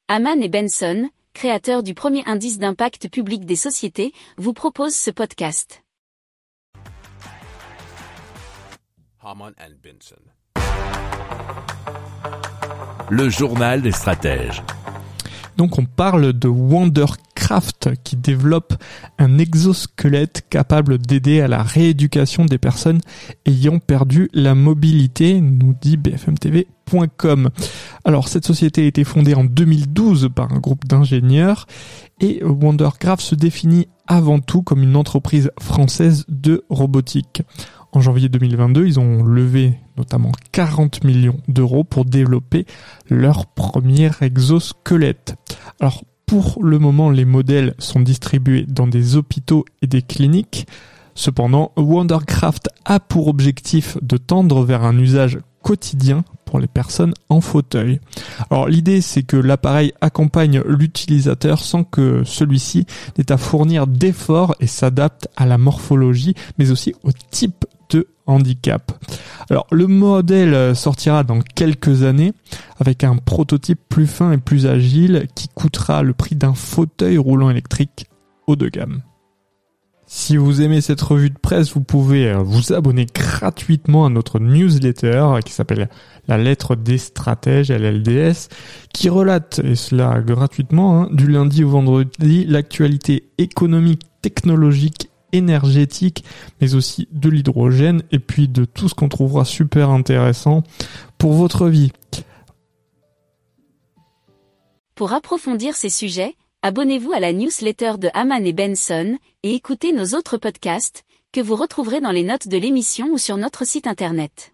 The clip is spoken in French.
Hamann et Benson, créateurs du premier indice d'impact public des sociétés, vous proposent ce podcast. Hamann and Benson. Le journal des stratèges. Donc on parle de Wondercraft qui développe un exosquelette capable d'aider à la rééducation des personnes ayant perdu la mobilité, nous dit bfmtv.com. Alors cette société a été fondée en 2012 par un groupe d'ingénieurs et Wondercraft se définit avant tout comme une entreprise française de robotique. En janvier 2022, ils ont levé notamment 40 millions d'euros pour développer leur premier exosquelette. Alors, pour le moment, les modèles sont distribués dans des hôpitaux et des cliniques. Cependant, Wondercraft a pour objectif de tendre vers un usage quotidien pour les personnes en fauteuil. Alors l'idée, c'est que l'appareil accompagne l'utilisateur sans que celui-ci n'ait à fournir d'efforts et s'adapte à la morphologie, mais aussi au type de handicap. Alors le modèle sortira dans quelques années avec un prototype plus fin et plus agile qui coûtera le prix d'un fauteuil roulant électrique haut de gamme. Si vous aimez cette revue de presse, vous pouvez vous abonner gratuitement à notre newsletter qui s'appelle La Lettre des Stratèges, LLDS, qui relate, et cela gratuitement, du lundi au vendredi, l'actualité économique, technologique, énergétique, mais aussi de l'hydrogène et puis de tout ce qu'on trouvera super intéressant pour votre vie. Pour approfondir ces sujets, abonnez-vous à la newsletter de Hamann et Benson et écoutez nos autres podcasts que vous retrouverez dans les notes de l'émission ou sur notre site internet.